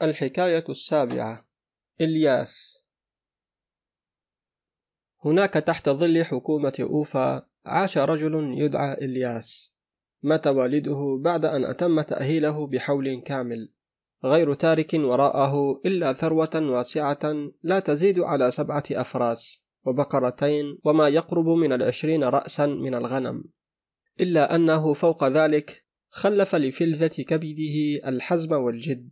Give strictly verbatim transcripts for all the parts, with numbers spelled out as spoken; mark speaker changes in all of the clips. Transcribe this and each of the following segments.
Speaker 1: الحكاية السابعة. إلياس. هناك تحت ظل حكومة أوفا عاش رجل يدعى إلياس. مات والده بعد أن أتم تأهيله بحول كامل، غير تارك وراءه إلا ثروة واسعة لا تزيد على سبعة أفراس وبقرتين وما يقرب من العشرين رأسا من الغنم، إلا أنه فوق ذلك خلف لفلذة كبده الحزم والجد،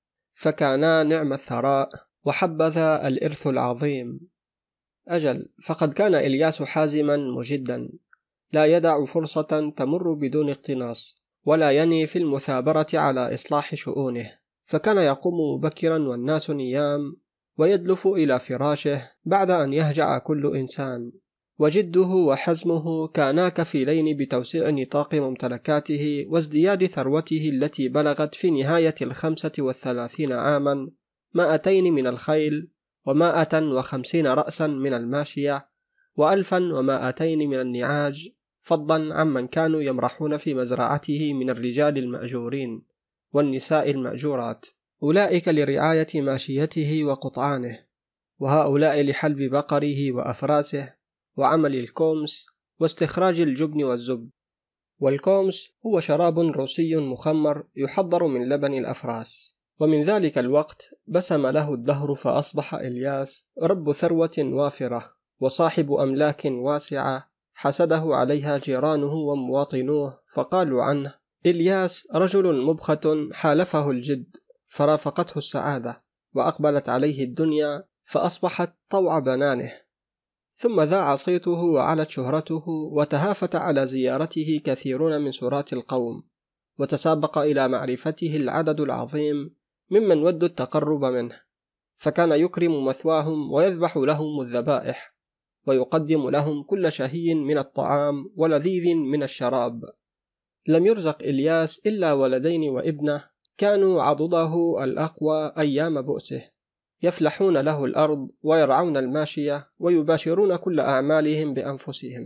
Speaker 1: فكانا نعم الثراء وحبذا الإرث العظيم. أجل، فقد كان إلياس حازما مجدا، لا يدع فرصة تمر بدون اقتناص، ولا يني في المثابرة على إصلاح شؤونه، فكان يقوم مبكرا والناس نيام، ويدلف إلى فراشه بعد أن يهجع كل إنسان، وجده وحزمه كانا كفيلين بتوسيع نطاق ممتلكاته وازدياد ثروته التي بلغت في نهاية الخمسة والثلاثين عاما مائتين من الخيل، ومائة وخمسين رأسا من الماشية، وألفا ومائتين من النعاج، فضلا عمن كانوا يمرحون في مزرعته من الرجال المأجورين والنساء المأجورات، أولئك لرعاية ماشيته وقطعانه، وهؤلاء لحلب بقره وأفراسه وعمل الكومس واستخراج الجبن والزبد. والكومس هو شراب روسي مخمر يحضر من لبن الأفراس. ومن ذلك الوقت بسم له الدهر، فأصبح إلياس رب ثروة وافرة وصاحب أملاك واسعة حسده عليها جيرانه ومواطنوه، فقالوا عنه: إلياس رجل مبخة حالفه الجد فرافقته السعادة، وأقبلت عليه الدنيا فأصبحت طوع بنانه. ثم ذاع صيته وعلت شهرته، وتهافت على زيارته كثيرون من سراة القوم، وتسابق إلى معرفته العدد العظيم ممن ودوا التقرب منه، فكان يكرم مثواهم ويذبح لهم الذبائح، ويقدم لهم كل شهي من الطعام ولذيذ من الشراب. لم يرزق إلياس إلا ولدين وابنه كانوا عضده الأقوى أيام بؤسه، يفلحون له الأرض ويرعون الماشية ويباشرون كل أعمالهم بأنفسهم.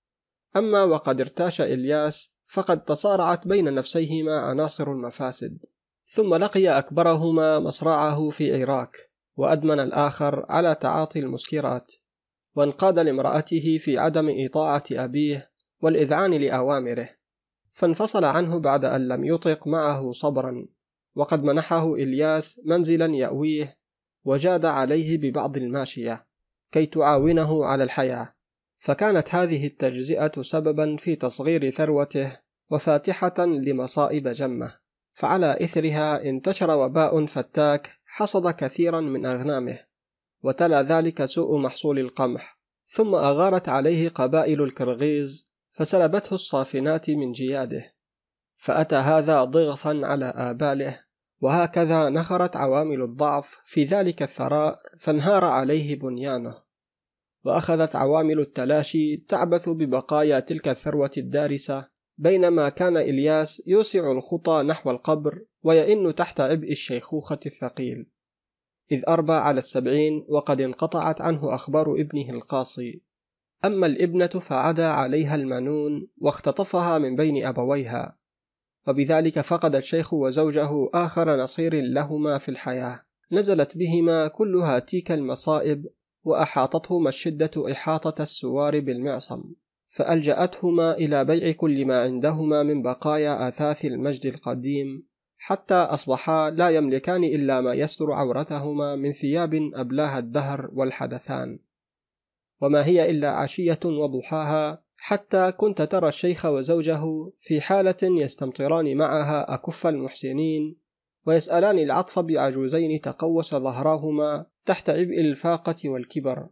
Speaker 1: أما وقد ارتاش إلياس فقد تصارعت بين نفسيهما عناصر المفاسد، ثم لقي أكبرهما مصرعه في عراك، وأدمن الآخر على تعاطي المسكرات، وانقاد لامرأته في عدم إطاعة أبيه والإذعان لأوامره، فانفصل عنه بعد أن لم يطق معه صبرا. وقد منحه إلياس منزلا يأويه، وجاد عليه ببعض الماشية كي تعاونه على الحياة، فكانت هذه التجزئة سببا في تصغير ثروته وفاتحة لمصائب جمة. فعلى إثرها انتشر وباء فتاك حصد كثيرا من أغنامه، وتلا ذلك سوء محصول القمح، ثم أغارت عليه قبائل الكرغيز فسلبته الصافنات من جياده، فأتى هذا ضغطا على آباله، وهكذا نخرت عوامل الضعف في ذلك الثراء فانهار عليه بنيانه، وأخذت عوامل التلاشي تعبث ببقايا تلك الثروة الدارسة، بينما كان إلياس يوسع الخطى نحو القبر ويئن تحت عبء الشيخوخة الثقيل، إذ أربى على السبعين وقد انقطعت عنه أخبار ابنه القاصي. أما الابنة فعدا عليها المنون واختطفها من بين أبويها، وبذلك فقد الشيخ وزوجه آخر نصير لهما في الحياة، نزلت بهما كلها تلك المصائب، وأحاطتهما الشدة إحاطة السوار بالمعصم، فألجأتهما إلى بيع كل ما عندهما من بقايا آثاث المجد القديم، حتى أصبحا لا يملكان إلا ما يستر عورتهما من ثياب أبلاها الدهر والحدثان، وما هي إلا عشية وضحاها، حتى كنت ترى الشيخ وزوجه في حالة يستمطران معها أكف المحسنين، ويسألان العطف بعجوزين تقوس ظهراهما تحت عبء الفاقة والكبر.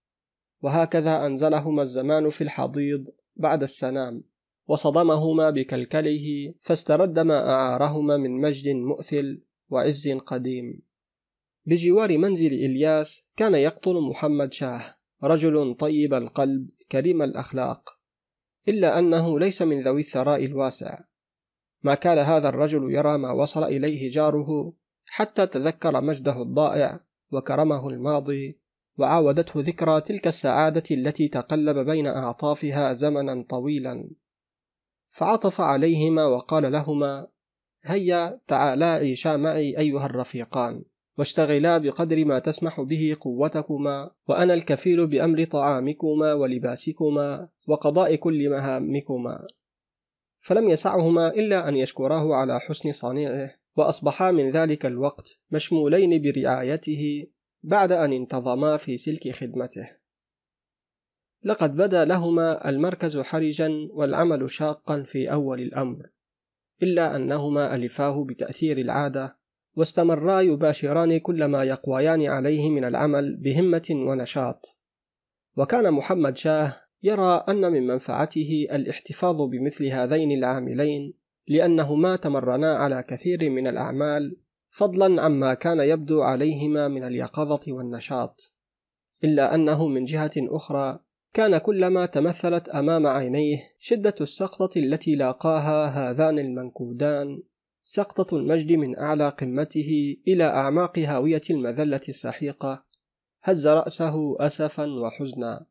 Speaker 1: وهكذا أنزلهما الزمان في الحضيض بعد السنام، وصدمهما بكلكله، فاسترد ما أعارهما من مجد مؤثل وعز قديم. بجوار منزل إلياس كان يقطن محمد شاه، رجل طيب القلب كريم الأخلاق، إلا أنه ليس من ذوي الثراء الواسع. ما كان هذا الرجل يرى ما وصل إليه جاره، حتى تذكر مجده الضائع وكرمه الماضي، وعاودته ذكرى تلك السعادة التي تقلب بين أعطافها زمنا طويلا، فعطف عليهما وقال لهما: هيا تعالا عيشا معي أيها الرفيقان، واشتغلا بقدر ما تسمح به قوتكما، وأنا الكفيل بأمر طعامكما ولباسكما وقضاء كل مهامكما. فلم يسعهما إلا أن يشكراه على حسن صنيعه، وأصبحا من ذلك الوقت مشمولين برعايته بعد أن انتظما في سلك خدمته. لقد بدا لهما المركز حرجا والعمل شاقا في أول الأمر، إلا أنهما ألفاه بتأثير العادة، واستمرا يباشران كل ما يقويان عليه من العمل بهمة ونشاط. وكان محمد شاه يرى أن من منفعته الاحتفاظ بمثل هذين العاملين، لأنهما تمرنا على كثير من الأعمال فضلا عما كان يبدو عليهما من اليقظة والنشاط، إلا أنه من جهة أخرى كان كلما تمثلت أمام عينيه شدة السقطة التي لاقاها هذان المنكودان، سقطة المجد من أعلى قمته إلى أعماق هاوية المذلة السحيقة، هز رأسه أسفا وحزنا.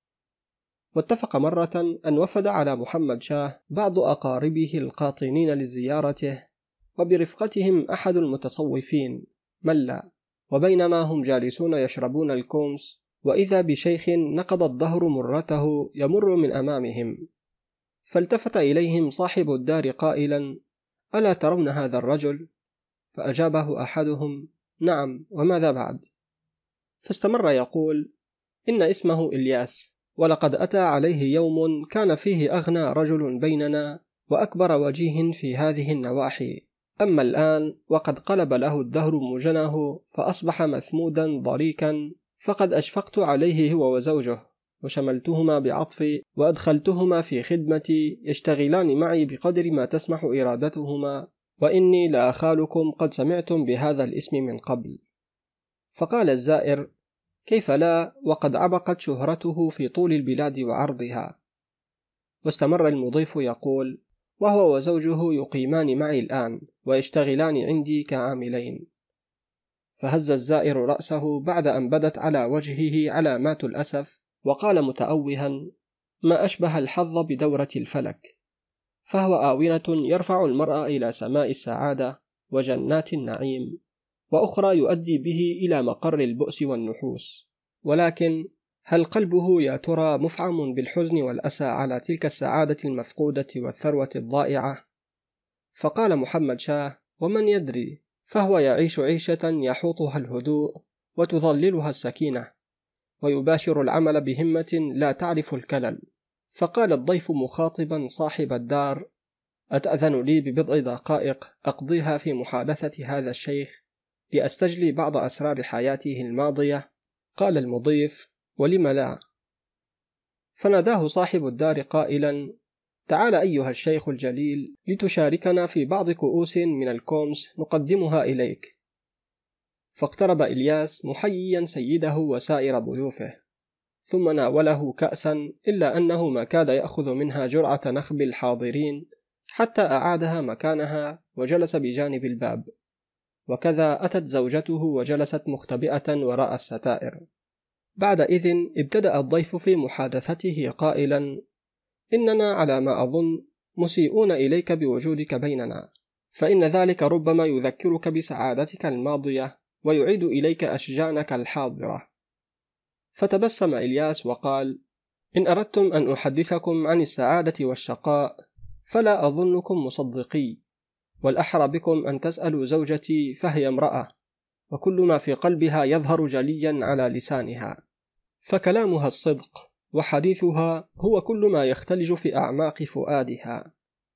Speaker 1: واتفق مرة أن وفد على محمد شاه بعض أقاربه القاطنين لزيارته، وبرفقتهم أحد المتصوفين ملا، وبينما هم جالسون يشربون الكومس، وإذا بشيخ نقض الظهر مرته يمر من أمامهم، فالتفت إليهم صاحب الدار قائلا: ألا ترون هذا الرجل؟ فأجابه أحدهم: نعم، وماذا بعد؟ فاستمر يقول: إن اسمه إلياس، ولقد أتى عليه يوم كان فيه أغنى رجل بيننا وأكبر وجيه في هذه النواحي، أما الآن وقد قلب له الدهر مجنه فأصبح مثمودا ضريكا، فقد أشفقت عليه هو وزوجه، وشملتهما بعطفي وأدخلتهما في خدمتي يشتغلان معي بقدر ما تسمح إرادتهما، وإني لأخالكم قد سمعتم بهذا الاسم من قبل. فقال الزائر: كيف لا، وقد عبقت شهرته في طول البلاد وعرضها. واستمر المضيف يقول: وهو وزوجه يقيمان معي الآن ويشتغلان عندي كعاملين. فهز الزائر رأسه بعد أن بدت على وجهه علامات الأسف، وقال متأوها: ما أشبه الحظ بدورة الفلك، فهو آونة يرفع المرء إلى سماء السعادة وجنات النعيم، وأخرى يؤدي به إلى مقر البؤس والنحوس. ولكن هل قلبه يا ترى مفعم بالحزن والأسى على تلك السعادة المفقودة والثروة الضائعة؟ فقال محمد شاه: ومن يدري، فهو يعيش عيشة يحوطها الهدوء وتظللها السكينة، ويباشر العمل بهمة لا تعرف الكلل. فقال الضيف مخاطبا صاحب الدار: أتأذن لي ببضع دقائق أقضيها في محادثة هذا الشيخ لأستجلي بعض أسرار حياته الماضية؟ قال المضيف: ولم لا؟ فناداه صاحب الدار قائلا: تعال أيها الشيخ الجليل لتشاركنا في بعض كؤوس من الكومس نقدمها إليك. فاقترب إلياس محييا سيده وسائر ضيوفه، ثم ناوله كأسا، إلا أنه ما كاد يأخذ منها جرعة نخب الحاضرين حتى أعادها مكانها وجلس بجانب الباب. وكذا أتت زوجته وجلست مختبئة وراء الستائر. بعد إذن ابتدأ الضيف في محادثته قائلا: إننا على ما أظن مسيئون إليك بوجودك بيننا، فإن ذلك ربما يذكرك بسعادتك الماضية ويعيد إليك أشجانك الحاضرة. فتبسم إلياس وقال: إن أردتم أن أحدثكم عن السعادة والشقاء فلا أظنكم مصدقي، والأحرى بكم أن تسألوا زوجتي، فهي امرأة، وكل ما في قلبها يظهر جليا على لسانها، فكلامها الصدق، وحديثها هو كل ما يختلج في أعماق فؤادها.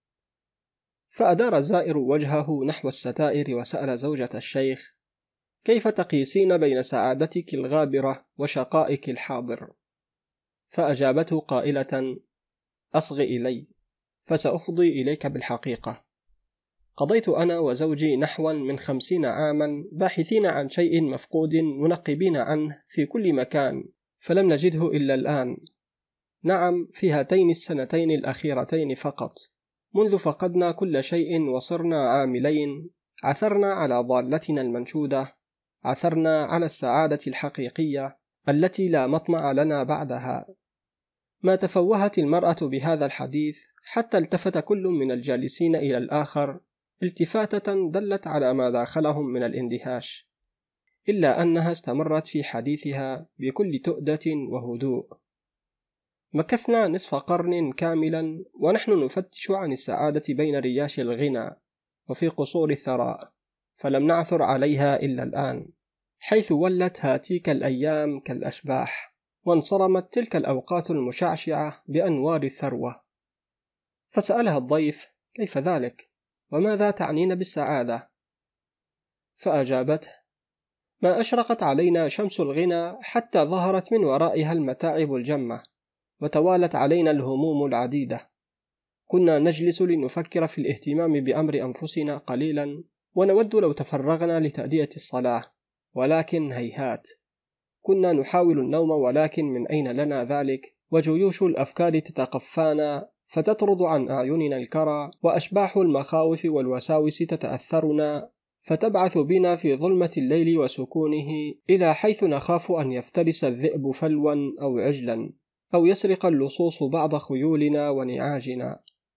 Speaker 1: فأدار الزائر وجهه نحو الستائر وسأل زوجة الشيخ: كيف تقيسين بين سعادتك الغابرة وشقائك الحاضر؟ فأجابته قائلة: أصغ إلي فسأفضي إليك بالحقيقة. قضيت أنا وزوجي نحوا من خمسين عاما باحثين عن شيء مفقود منقبين عنه في كل مكان، فلم نجده إلا الآن. نعم، في هاتين السنتين الأخيرتين فقط، منذ فقدنا كل شيء وصرنا عاملين، عثرنا على ضالتنا المنشودة، عثرنا على السعادة الحقيقية التي لا مطمع لنا بعدها. ما تفوهت المرأة بهذا الحديث حتى التفت كل من الجالسين إلى الآخر التفاتة دلت على ما داخلهم من الاندهاش، إلا أنها استمرت في حديثها بكل تؤدة وهدوء. مكثنا نصف قرن كاملا ونحن نفتش عن السعادة بين رياش الغنى وفي قصور الثراء، فلم نعثر عليها إلا الآن، حيث ولت هاتيك الأيام كالأشباح، وانصرمت تلك الأوقات المشعشعة بأنوار الثروة. فسألها الضيف: كيف ذلك؟ وماذا تعنين بالسعادة؟ فأجابته: ما أشرقت علينا شمس الغنى حتى ظهرت من ورائها المتاعب الجمة، وتوالت علينا الهموم العديدة. كنا نجلس لنفكر في الاهتمام بأمر أنفسنا قليلا، ونود لو تفرغنا لتأدية الصلاة، ولكن هيهات. كنا نحاول النوم، ولكن من أين لنا ذلك؟ وجيوش الأفكار تتقفانا فتطرد عن أعيننا الكرى، وأشباح المخاوف والوساوس تتأثرنا فتبعث بنا في ظلمة الليل وسكونه إلى حيث نخاف أن يفترس الذئب فلوا أو عجلا، أو يسرق اللصوص بعض خيولنا ونعاجنا.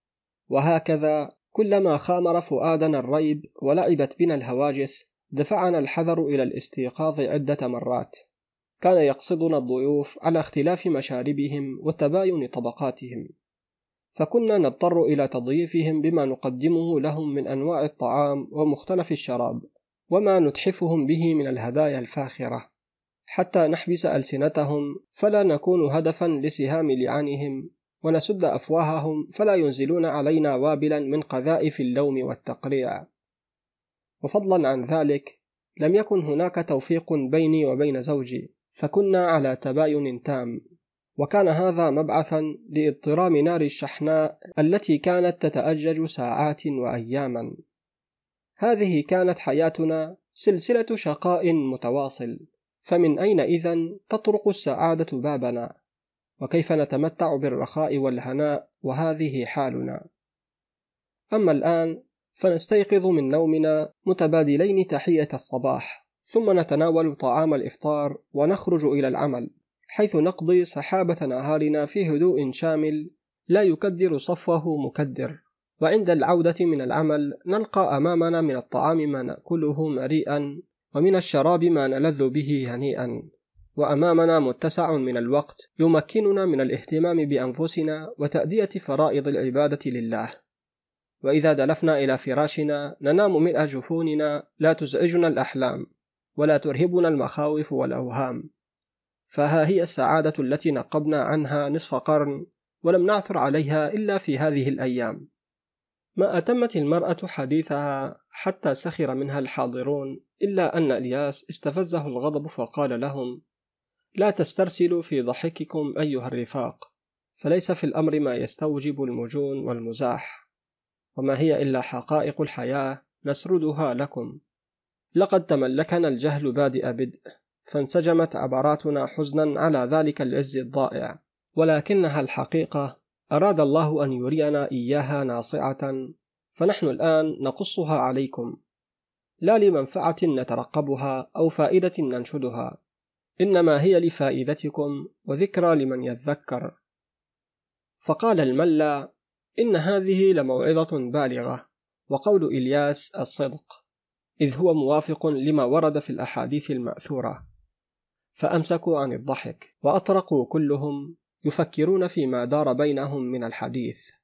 Speaker 1: وهكذا كلما خامر فؤادنا الريب ولعبت بنا الهواجس دفعنا الحذر إلى الاستيقاظ عدة مرات. كان يقصدنا الضيوف على اختلاف مشاربهم وتباين طبقاتهم، فكنا نضطر إلى تضييفهم بما نقدمه لهم من أنواع الطعام ومختلف الشراب، وما نتحفهم به من الهدايا الفاخرة، حتى نحبس ألسنتهم فلا نكون هدفا لسهام لعانهم، ونسد أفواههم فلا ينزلون علينا وابلا من قذائف اللوم والتقريع. وفضلا عن ذلك لم يكن هناك توفيق بيني وبين زوجي، فكنا على تباين تام، وكان هذا مبعثا لاضطرام نار الشحناء التي كانت تتأجج ساعات وأياما. هذه كانت حياتنا سلسلة شقاء متواصل، فمن أين إذن تطرق السعادة بابنا؟ وكيف نتمتع بالرخاء والهناء وهذه حالنا؟ أما الآن فنستيقظ من نومنا متبادلين تحية الصباح، ثم نتناول طعام الإفطار ونخرج إلى العمل، حيث نقضي سحابة نهارنا في هدوء شامل لا يكدر صفوه مكدر. وعند العودة من العمل نلقى أمامنا من الطعام ما نأكله مريئا، ومن الشراب ما نلذ به هنيئا، وأمامنا متسع من الوقت يمكننا من الاهتمام بأنفسنا وتأدية فرائض العبادة لله. وإذا دلفنا إلى فراشنا ننام ملء جفوننا، لا تزعجنا الأحلام ولا ترهبنا المخاوف والأوهام. فها هي السعادة التي نقبنا عنها نصف قرن ولم نعثر عليها إلا في هذه الأيام. ما أتمت المرأة حديثها حتى سخر منها الحاضرون، إلا أن إلياس استفزه الغضب فقال لهم: لا تسترسلوا في ضحككم أيها الرفاق، فليس في الأمر ما يستوجب المجون والمزاح، وما هي إلا حقائق الحياة نسردها لكم. لقد تملكنا الجهل بادئ بدء، فانسجمت عبراتنا حزنا على ذلك العز الضائع، ولكنها الحقيقة أراد الله أن يرينا إياها ناصعة، فنحن الآن نقصها عليكم، لا لمنفعة نترقبها أو فائدة ننشدها، إنما هي لفائدتكم وذكرى لمن يذكر. فقال الملا: إن هذه لموعظة بالغة، وقول إلياس الصدق، إذ هو موافق لما ورد في الأحاديث المأثورة. فأمسكوا عن الضحك وأطرقوا كلهم يفكرون فيما دار بينهم من الحديث.